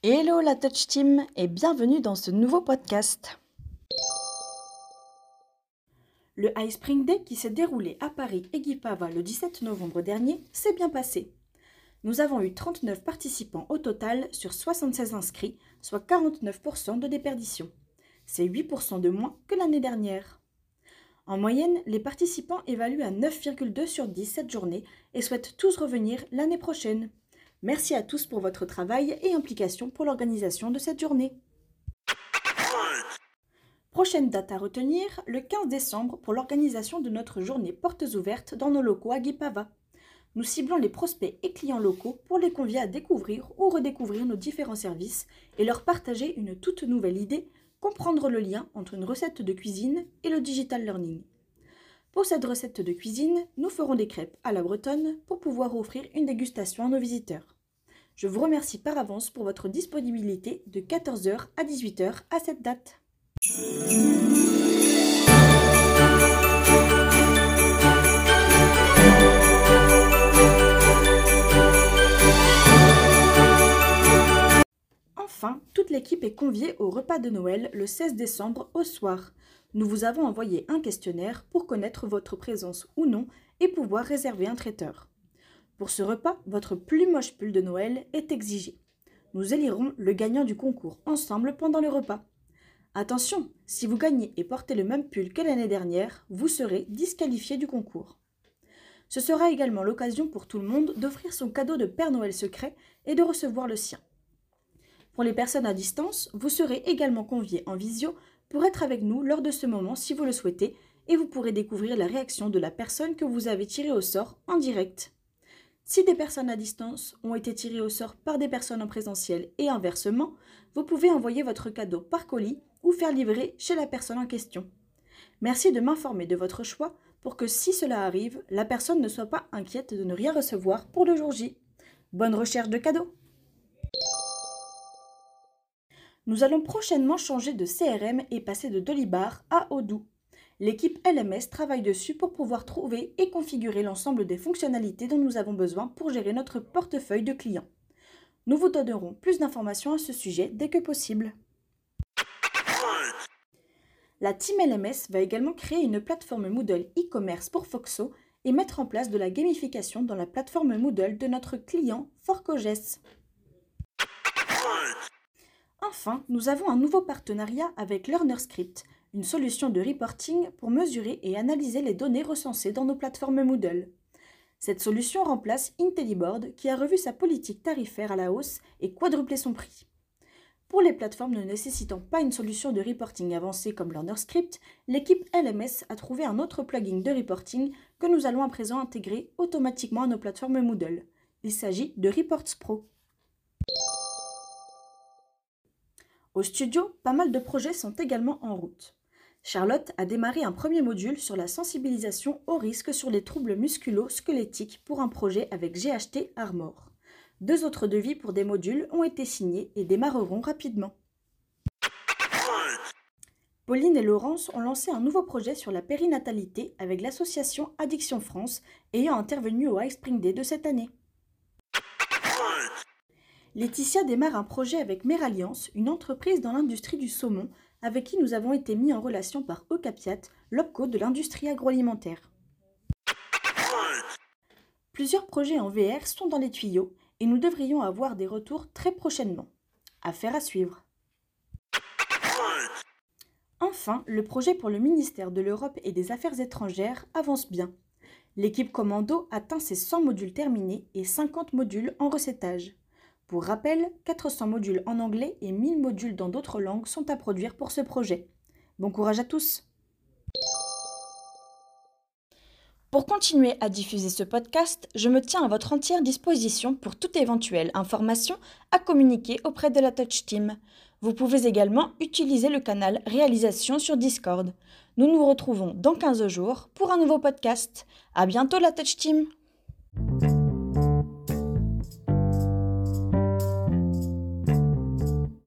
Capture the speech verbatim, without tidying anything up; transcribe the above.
Hello la Touch Team et bienvenue dans ce nouveau podcast. Le High Spring Day qui s'est déroulé à Paris et Guipava le dix-sept novembre dernier s'est bien passé. Nous avons eu trente-neuf participants au total sur soixante-seize inscrits, soit quarante-neuf pour cent de déperdition. C'est huit pour cent de moins que l'année dernière. En moyenne, les participants évaluent à neuf virgule deux sur dix cette journée et souhaitent tous revenir l'année prochaine. Merci à tous pour votre travail et implication pour l'organisation de cette journée. Prochaine date à retenir, le quinze décembre pour l'organisation de notre journée portes ouvertes dans nos locaux à Guipava. Nous ciblons les prospects et clients locaux pour les convier à découvrir ou redécouvrir nos différents services et leur partager une toute nouvelle idée, comprendre le lien entre une recette de cuisine et le digital learning. Pour cette recette de cuisine, nous ferons des crêpes à la bretonne pour pouvoir offrir une dégustation à nos visiteurs. Je vous remercie par avance pour votre disponibilité de quatorze heures à dix-huit heures à cette date. Enfin, toute l'équipe est conviée au repas de Noël le seize décembre au soir. Nous vous avons envoyé un questionnaire pour connaître votre présence ou non et pouvoir réserver un traiteur. Pour ce repas, votre plus moche pull de Noël est exigé. Nous élirons le gagnant du concours ensemble pendant le repas. Attention, si vous gagnez et portez le même pull que l'année dernière, vous serez disqualifié du concours. Ce sera également l'occasion pour tout le monde d'offrir son cadeau de Père Noël secret et de recevoir le sien. Pour les personnes à distance, vous serez également conviés en visio pour être avec nous lors de ce moment si vous le souhaitez et vous pourrez découvrir la réaction de la personne que vous avez tirée au sort en direct. Si des personnes à distance ont été tirées au sort par des personnes en présentiel et inversement, vous pouvez envoyer votre cadeau par colis ou faire livrer chez la personne en question. Merci de m'informer de votre choix pour que si cela arrive, la personne ne soit pas inquiète de ne rien recevoir pour le jour J. Bonne recherche de cadeaux! Nous allons prochainement changer de C R M et passer de Dolibar à Odoo. L'équipe L M S travaille dessus pour pouvoir trouver et configurer l'ensemble des fonctionnalités dont nous avons besoin pour gérer notre portefeuille de clients. Nous vous donnerons plus d'informations à ce sujet dès que possible. La team L M S va également créer une plateforme Moodle e-commerce pour Foxo et mettre en place de la gamification dans la plateforme Moodle de notre client Forcoges. Enfin, nous avons un nouveau partenariat avec LearnerScript, une solution de reporting pour mesurer et analyser les données recensées dans nos plateformes Moodle. Cette solution remplace IntelliBoard qui a revu sa politique tarifaire à la hausse et quadruplé son prix. Pour les plateformes ne nécessitant pas une solution de reporting avancée comme LearnerScript, l'équipe L M S a trouvé un autre plugin de reporting que nous allons à présent intégrer automatiquement à nos plateformes Moodle. Il s'agit de Reports Pro. Au studio, pas mal de projets sont également en route. Charlotte a démarré un premier module sur la sensibilisation aux risques sur les troubles musculo-squelettiques pour un projet avec G H T Armor. Deux autres devis pour des modules ont été signés et démarreront rapidement. Pauline et Laurence ont lancé un nouveau projet sur la périnatalité avec l'association Addiction France ayant intervenu au High Spring Day de cette année. Laetitia démarre un projet avec Meralliance, une entreprise dans l'industrie du saumon, avec qui nous avons été mis en relation par Ocapiat, l'OPCO de l'industrie agroalimentaire. Plusieurs projets en V R sont dans les tuyaux et nous devrions avoir des retours très prochainement. Affaire à suivre. Enfin, le projet pour le ministère de l'Europe et des Affaires étrangères avance bien. L'équipe Commando atteint ses cent modules terminés et cinquante modules en recettage. Pour rappel, quatre cents modules en anglais et mille modules dans d'autres langues sont à produire pour ce projet. Bon courage à tous! Pour continuer à diffuser ce podcast, je me tiens à votre entière disposition pour toute éventuelle information à communiquer auprès de la Touch Team. Vous pouvez également utiliser le canal Réalisation sur Discord. Nous nous retrouvons dans quinze jours pour un nouveau podcast. À bientôt la Touch Team!